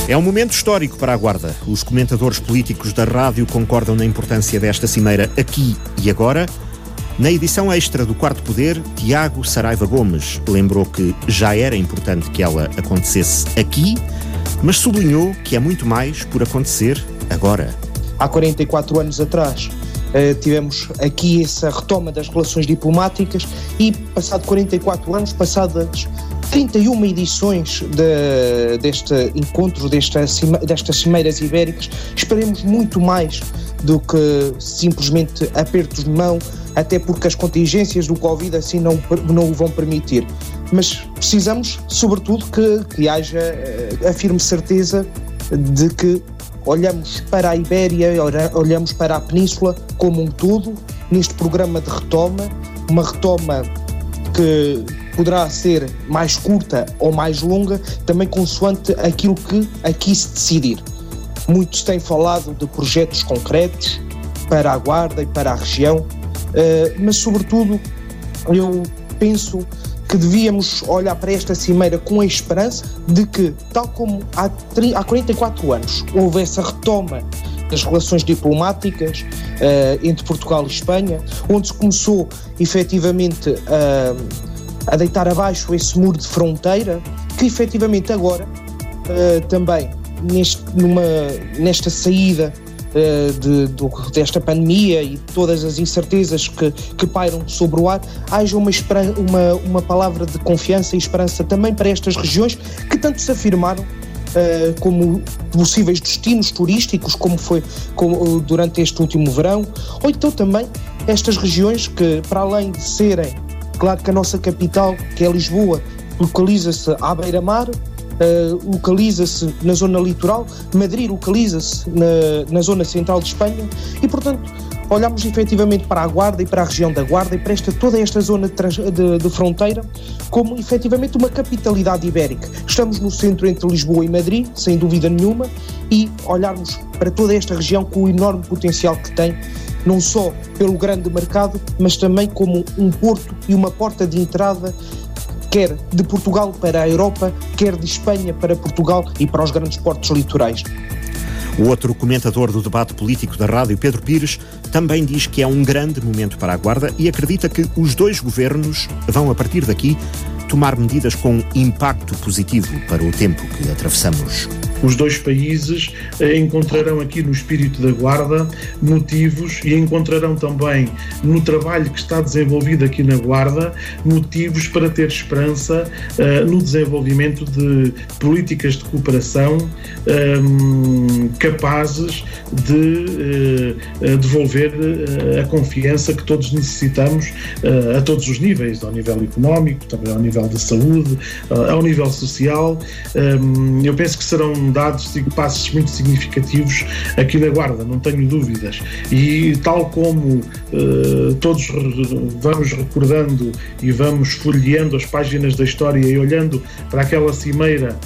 É um momento histórico para a Guarda. Os comentadores políticos da rádio concordam na importância desta cimeira aqui e agora. Na edição extra do Quarto Poder, Tiago Saraiva Gomes lembrou que já era importante que ela acontecesse aqui, mas sublinhou que é muito mais por acontecer agora. Há 44 anos atrás tivemos aqui essa retoma das relações diplomáticas e, passado 44 anos, passadas 31 edições deste encontro, destas cimeiras ibéricas, esperemos muito mais do que simplesmente apertos de mão, até porque as contingências do Covid assim não o vão permitir. Mas precisamos, sobretudo, que haja a firme certeza de que olhamos para a Ibéria, olhamos para a Península como um todo, neste programa de retoma, uma retoma que poderá ser mais curta ou mais longa, também consoante aquilo que aqui se decidir. Muito se tem falado de projetos concretos para a Guarda e para a região, mas sobretudo eu penso que devíamos olhar para esta cimeira com a esperança de que, tal como há 44 anos houve essa retoma das relações diplomáticas entre Portugal e Espanha, onde se começou efetivamente a deitar abaixo esse muro de fronteira, que efetivamente agora também nesta saída desta pandemia e todas as incertezas que pairam sobre o ar, haja uma palavra de confiança e esperança também para estas regiões que tanto se afirmaram como possíveis destinos turísticos, como durante este último verão, ou então também estas regiões que, para além de serem, claro que a nossa capital, que é Lisboa, localiza-se à beira-mar, localiza-se na zona litoral, Madrid localiza-se na zona central de Espanha e, portanto, olhamos efetivamente para a Guarda e para a região da Guarda e para toda esta zona de fronteira como efetivamente uma capitalidade ibérica. Estamos no centro entre Lisboa e Madrid, sem dúvida nenhuma, e olharmos para toda esta região com o enorme potencial que tem, não só pelo grande mercado, mas também como um porto e uma porta de entrada, quer de Portugal para a Europa, quer de Espanha para Portugal e para os grandes portos litorais. O outro comentador do debate político da rádio, Pedro Pires, também diz que é um grande momento para a Guarda e acredita que os dois governos vão, a partir daqui, tomar medidas com impacto positivo para o tempo que atravessamos. Os dois países encontrarão aqui no espírito da Guarda motivos e encontrarão também no trabalho que está desenvolvido aqui na Guarda motivos para ter esperança no desenvolvimento de políticas de cooperação capazes de devolver a confiança que todos necessitamos a todos os níveis, ao nível económico, também ao nível da saúde, ao nível social. Eu penso que serão dados e passos muito significativos aqui na Guarda, não tenho dúvidas. E tal como todos vamos recordando e vamos folheando as páginas da história e olhando para aquela cimeira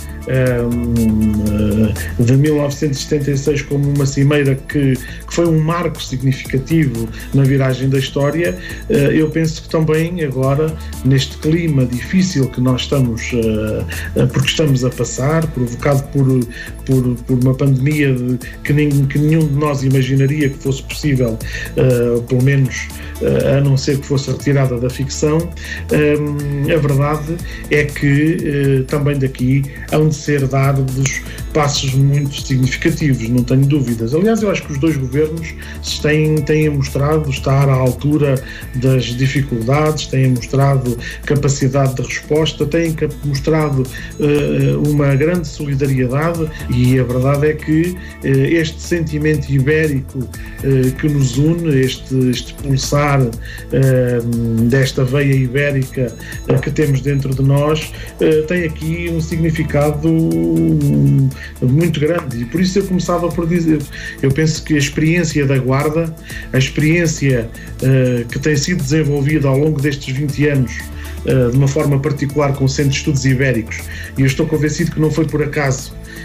de 1976 como uma cimeira que foi um marco significativo na viragem da história, eu penso que também agora, neste clima difícil que nós estamos porque estamos a passar, provocado por uma pandemia que nenhum de nós imaginaria que fosse possível, pelo menos a não ser que fosse retirada da ficção, a verdade é que também daqui hão de ser dados passos muito significativos, não tenho dúvidas. Aliás, eu acho que os dois governos têm mostrado estar à altura das dificuldades, têm mostrado capacidade de resposta, têm mostrado uma grande solidariedade e a verdade é que este sentimento ibérico que nos une, este pulsar desta veia ibérica que temos dentro de nós, tem aqui um significado muito grande e por isso eu começava por dizer, eu penso que a experiência da Guarda, a experiência que tem sido desenvolvida ao longo destes 20 anos de uma forma particular com o Centro de Estudos Ibéricos, e eu estou convencido que não foi por acaso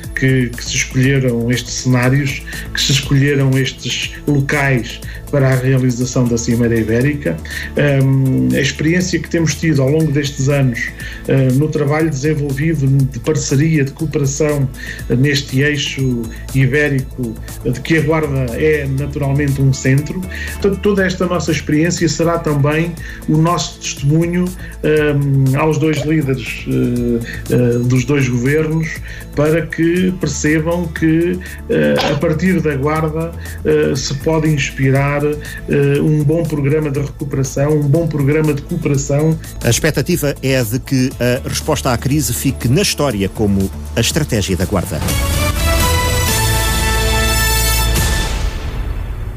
que se escolheram estes cenários, que se escolheram estes locais para a realização da Cimeira Ibérica. A experiência que temos tido ao longo destes anos no trabalho desenvolvido de parceria, de cooperação neste eixo ibérico, de que a Guarda é naturalmente um centro. Portanto, toda esta nossa experiência será também o nosso testemunho aos dois líderes dos dois governos, para que percebam que a partir da Guarda se pode inspirar um bom programa de recuperação, um bom programa de cooperação. A expectativa é de que a resposta à crise fique na história como a estratégia da Guarda.